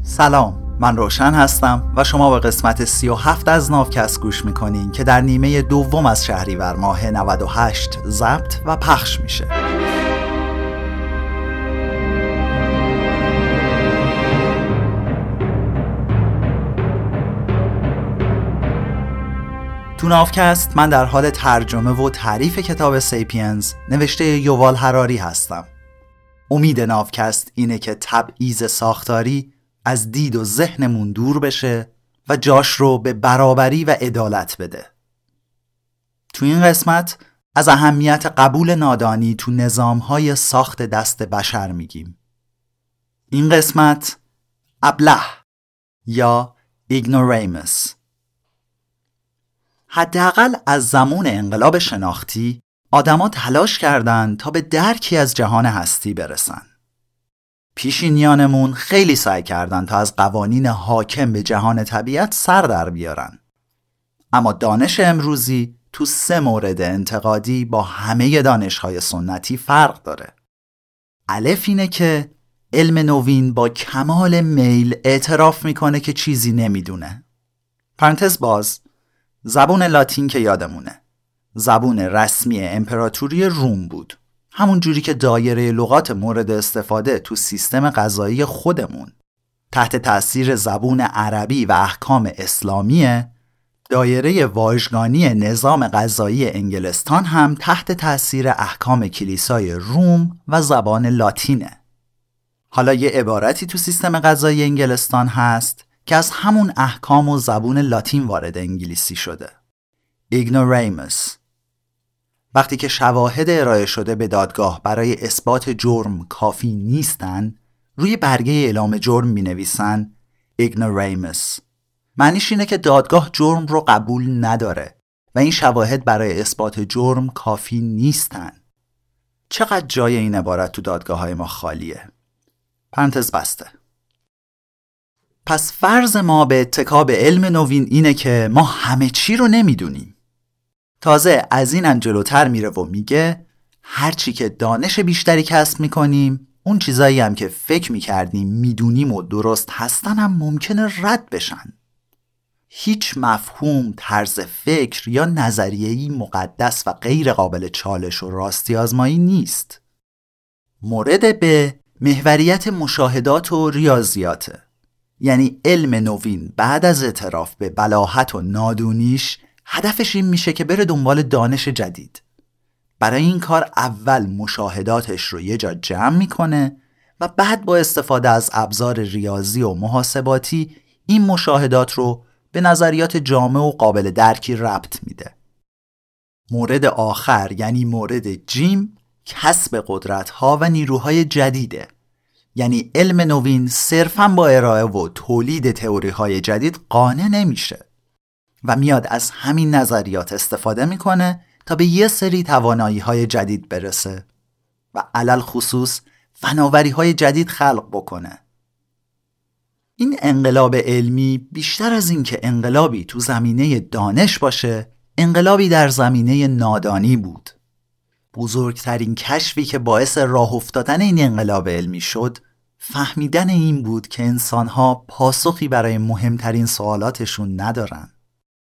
سلام، من روشن هستم و شما به قسمت 37 از ناوکست گوش میکنین که در نیمه دوم از شهریور ماه 98 ضبط و پخش میشه. تو ناوکست من در حال ترجمه و تعریف کتاب سیپینز نوشته یووال هراری هستم. امید ناوکست اینه که تبعیض ساختاری از دید و ذهنمون دور بشه و جاش رو به برابری و عدالت بده. تو این قسمت از اهمیت قبول نادانی تو نظام‌های ساخت دست بشر میگیم. این قسمت ابله یا ایگنوریموس. حداقل از زمان انقلاب شناختی آدما تلاش کردند تا به درکی از جهان هستی برسن. پیشینیانمون خیلی سعی کردند تا از قوانین حاکم به جهان طبیعت سر در بیارن. اما دانش امروزی تو 3 مورد انتقادی با همه دانش‌های سنتی فرق داره. الف اینه که علم نوین با کمال میل اعتراف میکنه که چیزی نمیدونه. پرانتز باز، زبون لاتین که یادمونه، زبون رسمی امپراتوری روم بود، همون جوری که دایره لغات مورد استفاده تو سیستم قضایی خودمون تحت تأثیر زبون عربی و احکام اسلامیه. دایره واژگانی نظام قضایی انگلستان هم تحت تأثیر احکام کلیسای روم و زبان لاتینه. حالا یه عبارتی تو سیستم قضایی انگلستان هست که از همون احکام و زبون لاتین وارد انگلیسی شده. ایگنوریموس. وقتی که شواهد ارائه شده به دادگاه برای اثبات جرم کافی نیستن، روی برگه اعلام جرم می نویسن ایگنوریموس. معنیش اینه که دادگاه جرم رو قبول نداره و این شواهد برای اثبات جرم کافی نیستن. چقدر جای این عبارت تو دادگاه های ما خالیه. پرانتز بسته. پس فرض ما به اتکا به علم نوین اینه که ما همه چی رو نمیدونیم. تازه از این جلوتر میره و میگه هرچی که دانش بیشتری کسب میکنیم، اون چیزایی هم که فکر میکردیم میدونیم و درست هستن هم ممکنه رد بشن. هیچ مفهوم، طرز فکر یا نظریه‌ای مقدس و غیر قابل چالش و راستی آزمایی نیست. مورد به محوریت مشاهدات و ریاضیاته. یعنی علم نوین بعد از اعتراف به بلاهت و نادونیش هدفش این میشه که بره دنبال دانش جدید. برای این کار اول مشاهداتش رو یه جا جمع میکنه و بعد با استفاده از ابزار ریاضی و محاسباتی این مشاهدات رو به نظریات جامع و قابل درکی ربط میده. مورد آخر یعنی مورد جیم کسب قدرت‌ها و نیروهای جدیده. یعنی علم نوین صرفاً با ارائه و تولید تئوری‌های جدید قانع نمیشه و میاد از همین نظریات استفاده میکنه تا به یه سری توانایی‌های جدید برسه و علل خصوص فناوری‌های جدید خلق بکنه. این انقلاب علمی بیشتر از این که انقلابی تو زمینه دانش باشه، انقلابی در زمینه نادانی بود. بزرگترین کشفی که باعث راه افتادن این انقلاب علمی شد، فهمیدن این بود که انسان‌ها پاسخی برای مهمترین سوالاتشون ندارن.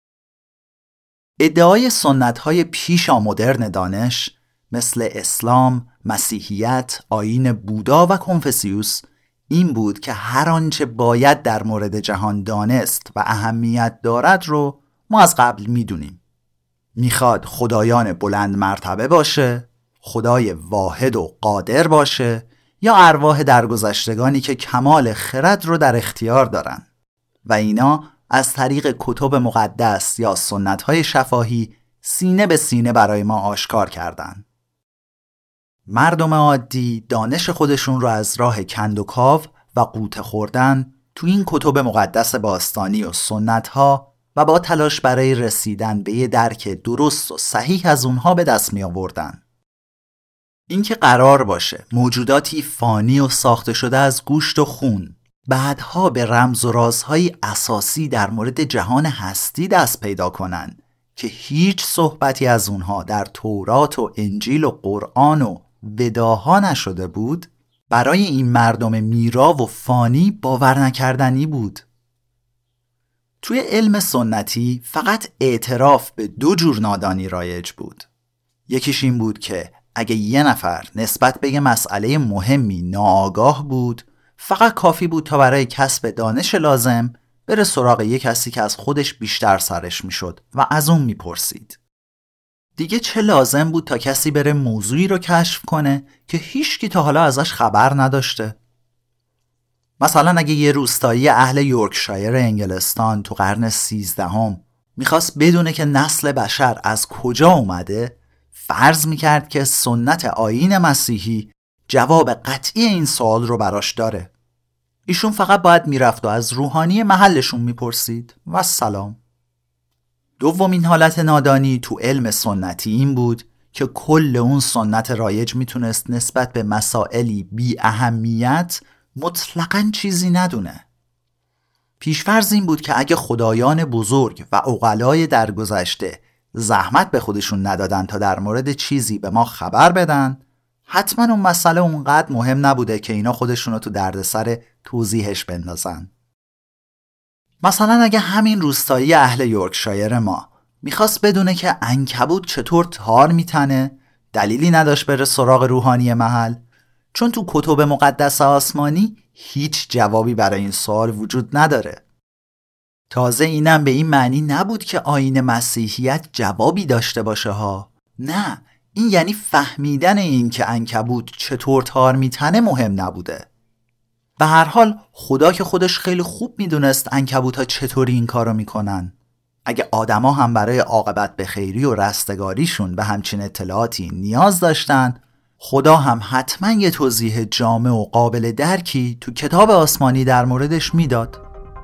ادعای سنت‌های پیش مدرن دانش مثل اسلام، مسیحیت، آیین بودا و کنفوسیوس این بود که هر آنچه باید در مورد جهان دانست و اهمیت دارد رو ما از قبل میدونیم. میخواد خدایان بلند مرتبه باشه، خدای واحد و قادر باشه، یا ارواح درگذشتگانی که کمال خرد رو در اختیار دارن و اینا از طریق کتب مقدس یا سنت‌های شفاهی سینه به سینه برای ما آشکار کردن. مردم عادی دانش خودشون رو از راه کندوکاو و قوطه خوردن تو این کتب مقدس باستانی و سنت‌ها و با تلاش برای رسیدن به یه درک درست و صحیح از اونها به دست می آوردن. این که قرار باشه موجوداتی فانی و ساخته شده از گوشت و خون بعدها به رمز و رازهای اساسی در مورد جهان هستی دست پیدا کنن که هیچ صحبتی از اونها در تورات و انجیل و قرآن و وداها نشده بود، برای این مردم میرا و فانی باور نکردنی بود. توی علم سنتی فقط اعتراف به 2 جور نادانی رایج بود. یکیش این بود که اگه یه نفر نسبت به یه مسئله مهمی ناآگاه بود، فقط کافی بود تا برای کسب دانش لازم بره سراغ یه کسی که از خودش بیشتر سرش میشد و از اون میپرسید. دیگه چه لازم بود تا کسی بره موضوعی رو کشف کنه که هیچکی تا حالا ازش خبر نداشته؟ مثلا اگه یه روستایی اهل یورکشایر انگلستان تو قرن 13 میخواست بدونه که نسل بشر از کجا اومده، فرض میکرد که سنت آیین مسیحی جواب قطعی این سوال رو براش داره. ایشون فقط باید میرفت و از روحانی محلشون میپرسید و سلام. دومین حالت نادانی تو علم سنتی این بود که کل اون سنت رایج میتونست نسبت به مسائلی بی اهمیت مطلقاً چیزی ندونه. پیشفرض این بود که اگه خدایان بزرگ و عقلای درگذشته زحمت به خودشون ندادن تا در مورد چیزی به ما خبر بدن، حتما اون مسئله اونقدر مهم نبوده که اینا خودشون رو تو دردسر توضیحش بندازن. مثلا اگه همین روستایی اهل یورکشایر ما میخواست بدونه که عنکبوت چطور تار میتنه، دلیلی نداشت بره سراغ روحانی محل، چون تو کتب مقدس آسمانی هیچ جوابی برای این سوال وجود نداره. تازه اینم به این معنی نبود که آیین مسیحیت جوابی داشته باشه ها. نه، این یعنی فهمیدن این که عنکبوت چطور تار میتنه مهم نبوده. به هر حال خدا که خودش خیلی خوب میدونست عنکبوت‌ها چطوری این کارو میکنن. اگه آدما هم برای عاقبت به خیری و رستگاریشون به همچین اطلاعاتی نیاز داشتن، خدا هم حتما یه توضیح جامع و قابل درکی تو کتاب آسمانی در موردش میداد.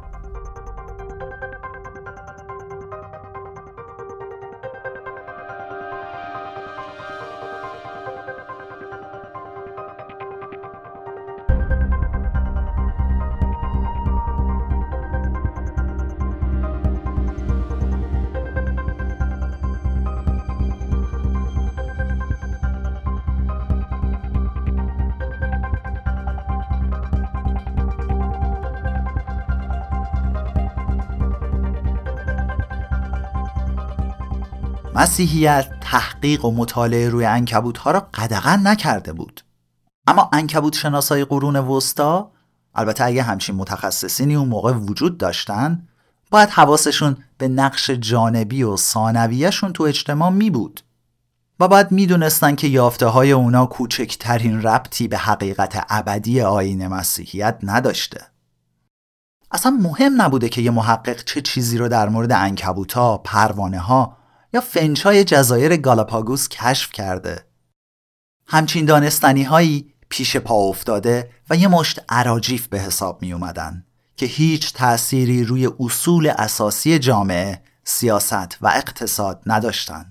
مسیحیت تحقیق و مطالعه روی عنکبوت‌ها را قدغن نکرده بود. اما عنکبوت شناسای قرون وسطا، البته اگه همچین متخصصینی اون موقع وجود داشتن، باید حواسشون به نقش جانبی و ثانویه‌شون تو اجتماع می بود و باید می دونستن که یافته‌های اونا کوچکترین ربطی به حقیقت ابدی آیین مسیحیت نداشته. اصلا مهم نبوده که یه محقق چه چیزی رو در مورد عنکبوت‌ها، پروانه‌ها یا فنج‌های جزایر گالاپاگوس کشف کرده. همچین دانستنی هایی پیش پا افتاده و یه مشت اراجیف به حساب می اومدن که هیچ تأثیری روی اصول اساسی جامعه، سیاست و اقتصاد نداشتن.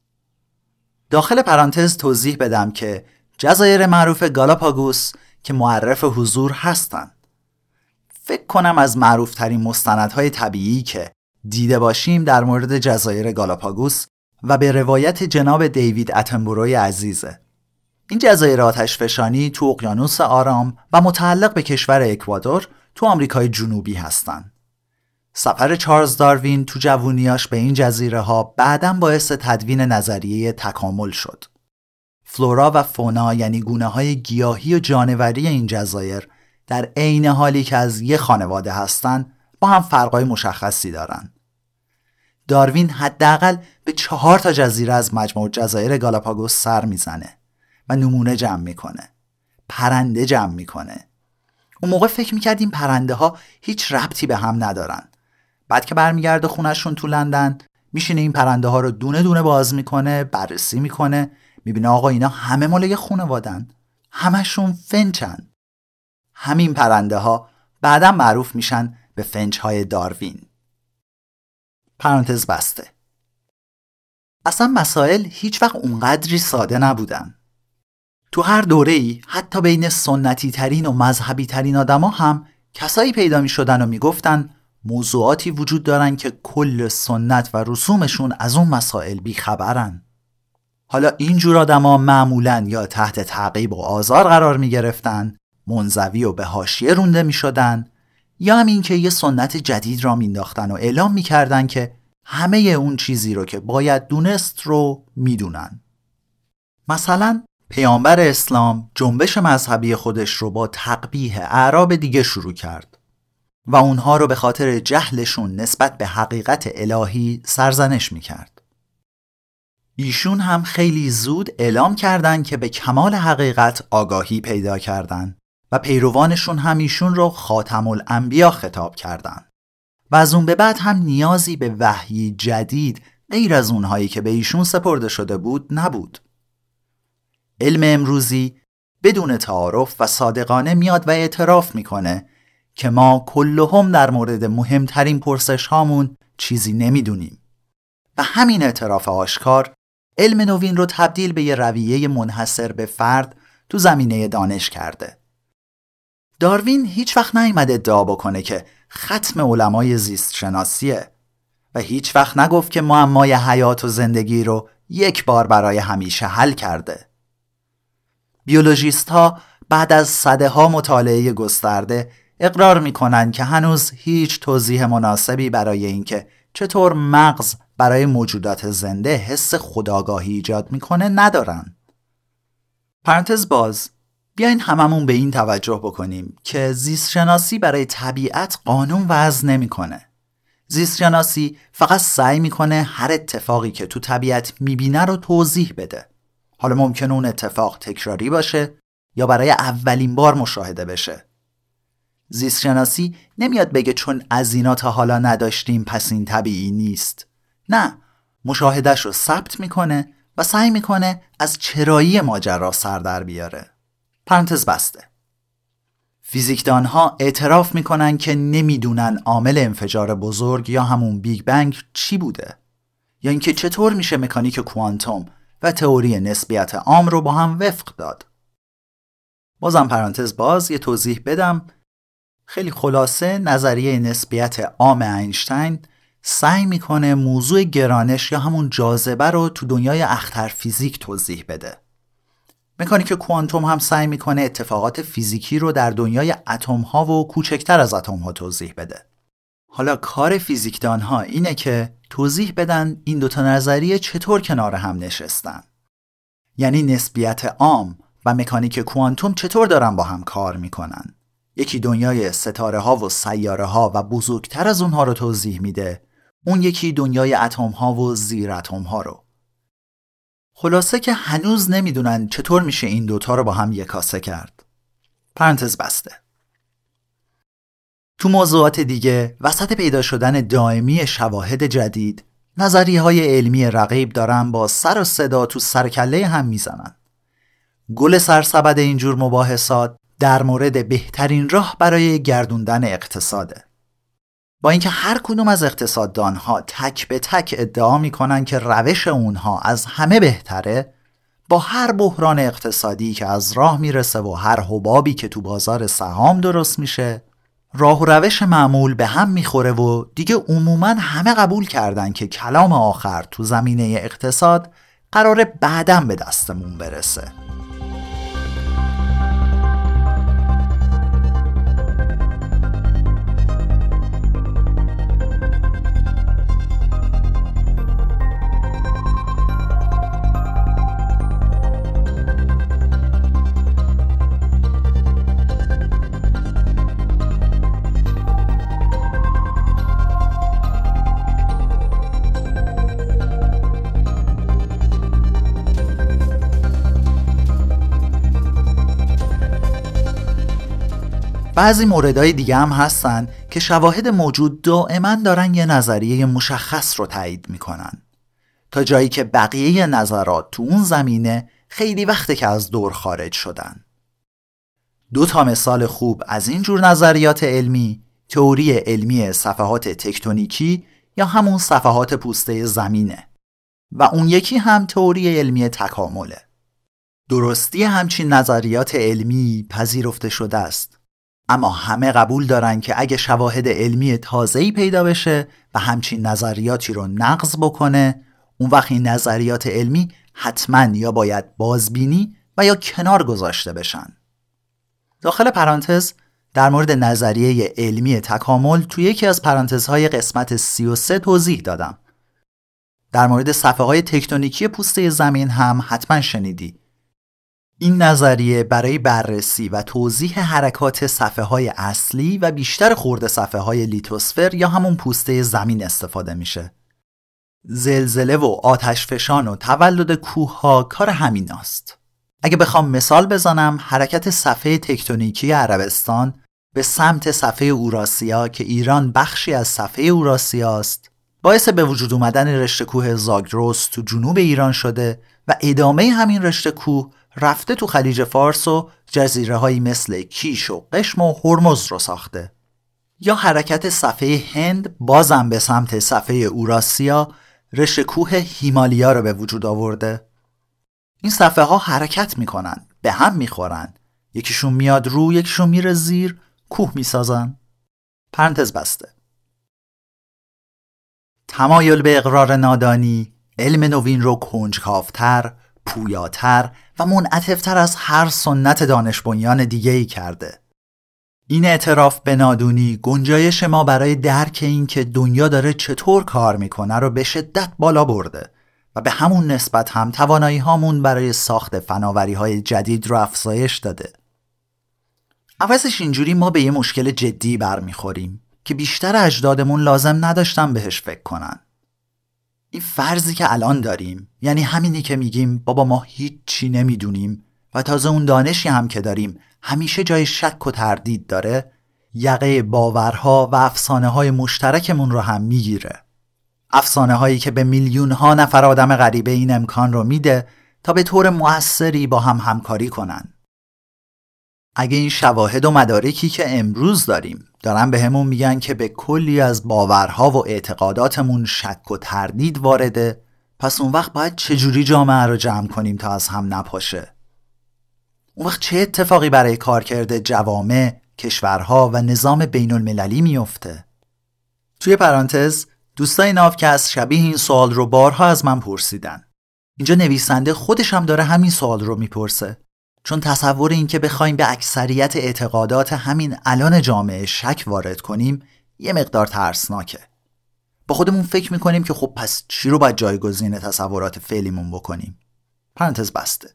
داخل پرانتز توضیح بدم که جزایر معروف گالاپاگوس که معرف حضور هستن. فکر کنم از معروف ترین مستندهای طبیعی که دیده باشیم در مورد جزایر گالاپاگوس و به روایت جناب دیوید اتنبروی عزیزه. این جزایر آتشفشانی تو اقیانوس آرام و متعلق به کشور اکوادور تو آمریکای جنوبی هستن. سفر چارلز داروین تو جوونیاش به این جزیره ها بعداً باعث تدوین نظریه تکامل شد. فلورا و فونا یعنی گونه های گیاهی و جانوری این جزایر در عین حالی که از یه خانواده هستن با هم فرقای مشخصی دارن. داروین حداقل به 4 تا جزیره از مجموع جزایر گالاپاگوس سر میزنه و نمونه جمع میکنه، پرنده جمع میکنه. اون موقع فکر میکرد این پرنده ها هیچ ربطی به هم ندارن. بعد که برمیگرده خونه‌شون تو لندن، میشینه این پرنده ها رو دونه دونه باز میکنه، بررسی میکنه، میبینه آقا اینا همه مال یه خانواده‌ان، همشون فنچن. همین پرنده ها بعداً معروف میشن به فنچ های داروین. پرانتز بسته. اصلا مسائل هیچ وقت اونقدری ساده نبودن. تو هر دوره‌ای حتی بین سنتی ترین و مذهبی ترین آدما هم کسایی پیدا می شدن و می گفتن موضوعاتی وجود دارن که کل سنت و رسومشون از اون مسائل بیخبرن. حالا اینجور آدما معمولاً یا تحت تعقیب و آزار قرار می گرفتن، منزوی و به حاشیه رونده می شدن، یا هم این که یه سنت جدید را مینداختن و اعلام میکردن که همه اون چیزی رو که باید دونست رو میدونن. مثلا پیامبر اسلام جنبش مذهبی خودش رو با تقبیح اعراب دیگه شروع کرد و اونها رو به خاطر جهلشون نسبت به حقیقت الهی سرزنش میکرد. ایشون هم خیلی زود اعلام کردن که به کمال حقیقت آگاهی پیدا کردن و پیروانشون هم ایشون رو خاتم الانبیا خطاب کردن و از اون به بعد هم نیازی به وحی جدید غیر از اونهایی که به ایشون سپرده شده بود نبود. علم امروزی بدون تعارف و صادقانه میاد و اعتراف میکنه که ما کلهم در مورد مهمترین پرسش هامون چیزی نمیدونیم و همین اعتراف آشکار علم نوین رو تبدیل به یه رویه منحصر به فرد تو زمینه دانش کرده. داروین هیچ وقت نیامد ادعا بکنه که ختم علمای زیست شناسیه و هیچ وقت نگفت که معمای حیات و زندگی رو یک بار برای همیشه حل کرده. بیولوژیست ها بعد از صدها مطالعه گسترده اقرار میکنن که هنوز هیچ توضیح مناسبی برای اینکه چطور مغز برای موجودات زنده حس خودآگاهی ایجاد میکنه ندارن. پرانتز باز، بیاین هممون به این توجه بکنیم که زیست شناسی برای طبیعت قانون وضع نمیکنه. زیست شناسی فقط سعی میکنه هر اتفاقی که تو طبیعت میبینه رو توضیح بده. حالا ممکنه اون اتفاق تکراری باشه یا برای اولین بار مشاهده بشه. زیست شناسی نمیاد بگه چون از اینا تا حالا نداشتیم پس این طبیعی نیست. نه، مشاهدهش رو ثبت میکنه و سعی میکنه از چرایی ماجرا سر در بیاره. پرانتز بسته. فیزیکدانها اعتراف میکنن که نمیدونن عامل انفجار بزرگ یا همون بیگ بنگ چی بوده یا اینکه چطور میشه مکانیک کوانتوم و تئوری نسبیت عام رو با هم وفق داد. بازم پرانتز باز یه توضیح بدم. خیلی خلاصه نظریه نسبیت عام اینشتین سعی میکنه موضوع گرانش یا همون جاذبه رو تو دنیای اختر فیزیک توضیح بده. مکانیک کوانتوم هم سعی میکنه اتفاقات فیزیکی رو در دنیای اتم ها و کوچکتر از اتم ها توضیح بده. حالا کار فیزیکدان ها اینه که توضیح بدن این دوتا نظریه چطور کنار هم نشستن. یعنی نسبیت عام و مکانیک کوانتوم چطور دارن با هم کار میکنن. یکی دنیای ستاره ها و سیاره ها و بزرگتر از اونها رو توضیح میده، اون یکی دنیای اتم ها و زیر اتم ها رو. خلاصه که هنوز نمیدونن چطور میشه این دوتا رو با هم یکاسه کرد. پرانتز بسته. تو موضوعات دیگه وسط پیدا شدن دائمی شواهد جدید، نظریه‌های علمی رقیب دارن با سر و صدا تو سرکله هم میزنن. گل سرسبد اینجور مباحثات در مورد بهترین راه برای گردوندن اقتصاده. با اینکه هر کدوم از اقتصاددانها تک به تک ادعا میکنن که روش اونها از همه بهتره، با هر بحران اقتصادی که از راه میرسه و هر حبابی که تو بازار سهام درست میشه، راه و روش معمول به هم میخوره و دیگه عموماً همه قبول کردن که کلام آخر تو زمینه اقتصاد قراره بعداً به دستمون برسه. بعضی موردهای دیگه هم هستن که شواهد موجود دائما دارن یه نظریه مشخص رو تایید میکنن، تا جایی که بقیه نظرات تو اون زمینه خیلی وقته که از دور خارج شدن. 2 مثال خوب از این جور نظریات علمی، تئوری علمی صفحات تکتونیکی یا همون صفحات پوسته زمینه و اون یکی هم تئوری علمی تکامله. درستی همچین نظریات علمی پذیرفته شده است، اما همه قبول دارن که اگه شواهد علمی تازه‌ای پیدا بشه و همچین نظریاتی رو نقض بکنه، اون وقت این نظریات علمی حتما یا باید بازبینی و یا کنار گذاشته بشن. داخل پرانتز در مورد نظریه علمی تکامل توی یکی از پرانتزهای قسمت 33 توضیح دادم. در مورد صفحه‌های تکتونیکی پوسته زمین هم حتما شنیدی. این نظریه برای بررسی و توضیح حرکات صفحه‌های اصلی و بیشتر خرد صفحه‌های لیتوسفر یا همون پوسته زمین استفاده میشه. زلزله و آتشفشان و تولد کوه‌ها کار همیناست. اگه بخوام مثال بزنم، حرکت صفحه تکتونیکی عربستان به سمت صفحه اوراسیا که ایران بخشی از صفحه اوراسیا است، باعث به وجود اومدن رشته کوه زاگرس تو جنوب ایران شده و ادامه همین رشته کوه رفته تو خلیج فارس و جزیره‌هایی مثل کیش و قشم و هرمز رو ساخته. یا حرکت صفحه هند بازم به سمت صفحه اوراسیا رشته کوه هیمالیا رو به وجود آورده. این صفحه ها حرکت میکنن، به هم میخورن، یکیشون میاد رو، یکیشون میره زیر، کوه میسازن. پرانتز بسته. تمایل به اقرار نادانی علم نوین رو کنجکاوتر، پویاتر و منعطف‌تر از هر سنت دانش بنیان دیگه‌ای کرده. این اعتراف به نادونی گنجایش ما برای درک این که دنیا داره چطور کار میکنه رو به شدت بالا برده و به همون نسبت هم توانایی هامون برای ساخت فناوری های جدید رو افزایش داده. عوضش اینجوری ما به یه مشکل جدی برمیخوریم که بیشتر اجدادمون لازم نداشتن بهش فکر کنن. این فرضی که الان داریم، یعنی همینی که میگیم بابا ما هیچی نمیدونیم و تازه اون دانشی هم که داریم همیشه جای شک و تردید داره، یقه باورها و افسانه های مشترکمون رو هم میگیره. افسانه هایی که به میلیون ها نفر آدم غریبه این امکان رو میده تا به طور مؤثری با هم همکاری کنن. اگه این شواهد و مدارکی که امروز داریم دارن به همون میگن که به کلی از باورها و اعتقاداتمون شک و تردید وارده، پس اون وقت باید چجوری جامعه رو جمع کنیم تا از هم نپاشه؟ اون وقت چه اتفاقی برای کارکرد جوامع، کشورها و نظام بین المللی میفته؟ توی پرانتز دوستای ناوکست شبیه این سوال رو بارها از من پرسیدن. اینجا نویسنده خودش هم داره همین سوال رو میپرسه، چون تصور این که بخوایم به اکثریت اعتقادات همین الان جامعه شک وارد کنیم یه مقدار ترسناکه. با خودمون فکر میکنیم که خب پس چی رو باید جایگزین تصورات فعلیمون بکنیم؟ پرانتز بسته.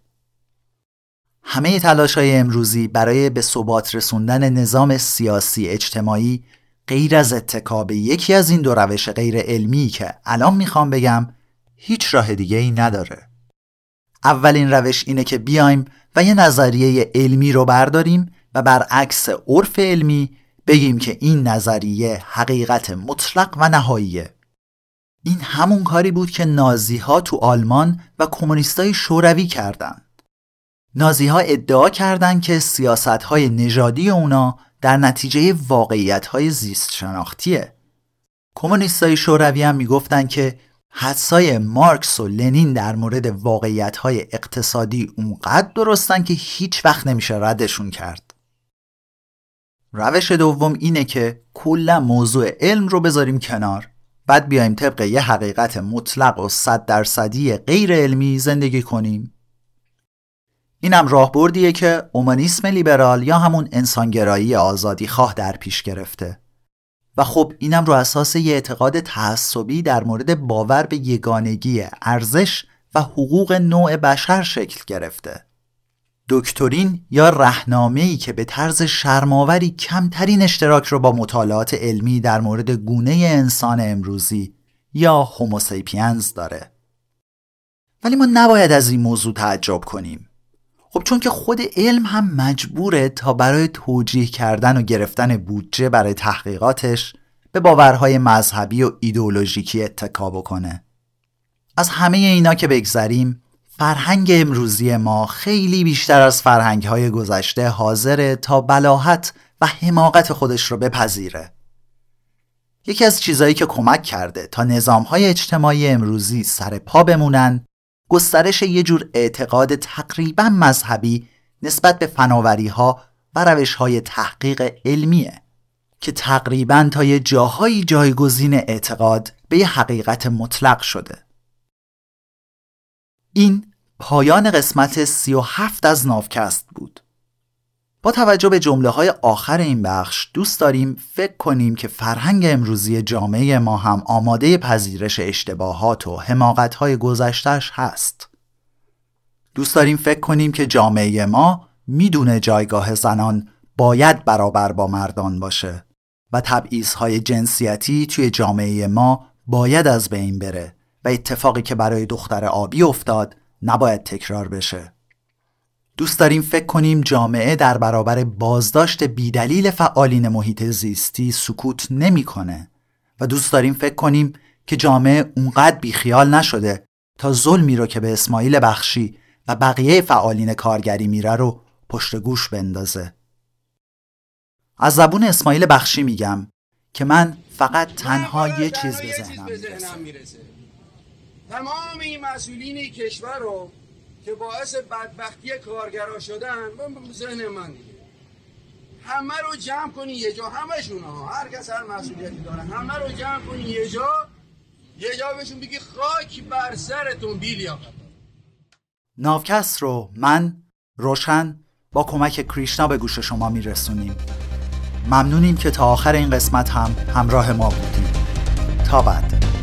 همه تلاش‌های امروزی برای به ثبات رسوندن نظام سیاسی اجتماعی غیر از اتکا به یکی از این دو روش غیر علمی که الان میخوام بگم هیچ راه دیگه ای نداره. اولین روش اینه که بیایم و یه نظریه علمی رو برداریم و برعکس عرف علمی بگیم که این نظریه حقیقت مطلق و نهاییه. این همون کاری بود که نازی‌ها تو آلمان و کمونیستای شوروی کردن. نازی‌ها ادعا کردند که سیاست‌های نژادی اونا در نتیجه واقعیت‌های زیست شناختیه. کمونیستای شوروی هم میگفتن که حدسای مارکس و لنین در مورد واقعیت‌های اقتصادی اونقدر درستن که هیچ وقت نمیشه ردشون کرد. روش دوم اینه که کلا موضوع علم رو بذاریم کنار، بعد بیایم طبق یه حقیقت مطلق و 100% غیر علمی زندگی کنیم. اینم راهبردیه که اومانیسم لیبرال یا همون انسانگرایی آزادی خواه در پیش گرفته و خب اینم رو اساس یه اعتقاد تعصبی در مورد باور به یگانگی ارزش و حقوق نوع بشر شکل گرفته. دکترین یا راهنمایی که به طرز شرم‌آوری کمترین اشتراک رو با مطالعات علمی در مورد گونه انسان امروزی یا هوموسیپینز داره. ولی ما نباید از این موضوع تعجب کنیم. خب چون که خود علم هم مجبوره تا برای توجیه کردن و گرفتن بودجه برای تحقیقاتش به باورهای مذهبی و ایدئولوژیکی اتکا بکنه. از همه اینا که بگذریم، فرهنگ امروزی ما خیلی بیشتر از فرهنگ‌های گذشته حاضره تا بلاهت و حماقت خودش رو بپذیره. یکی از چیزایی که کمک کرده تا نظام‌های اجتماعی امروزی سر پا بمونن، گسترش یه جور اعتقاد تقریباً مذهبی نسبت به فناوری‌ها و روش‌های تحقیق علمیه که تقریباً تا یه جاهایی جایگزین اعتقاد به یه حقیقت مطلق شده. این پایان قسمت 37 از ناوکست بود. با توجه به جمله‌های آخر این بخش دوست داریم فکر کنیم که فرهنگ امروزی جامعه ما هم آماده پذیرش اشتباهات و حماقت‌های گذشته‌اش هست. دوست داریم فکر کنیم که جامعه ما میدونه جایگاه زنان باید برابر با مردان باشه و تبعیض‌های جنسیتی توی جامعه ما باید از بین بره و اتفاقی که برای دختر آبی افتاد نباید تکرار بشه. دوست داریم فکر کنیم جامعه در برابر بازداشت بیدلیل فعالین محیط زیستی سکوت نمی‌کنه و دوست داریم فکر کنیم که جامعه اونقدر بیخیال نشده تا ظلمی رو که به اسماعیل بخشی و بقیه فعالین کارگری میره رو پشت گوش بندازه. از زبون اسماعیل بخشی میگم که من فقط تنها یه چیز به ذهنم میرسه. تمام این مسئولین کشور رو که باعث بدبختی کارگرا شدن به ذهن من دیگه همه رو جمع کنی یه جا، همشون ها، هر کس هر مسئولیتی داره، همه رو جمع کنی یه جا بهشون بگی خاک بر سرتون بیلیاقت. ناوکست رو من روشن با کمک کریشنا به گوش شما میرسونیم. ممنونیم که تا آخر این قسمت هم همراه ما بودیم. تا بعد.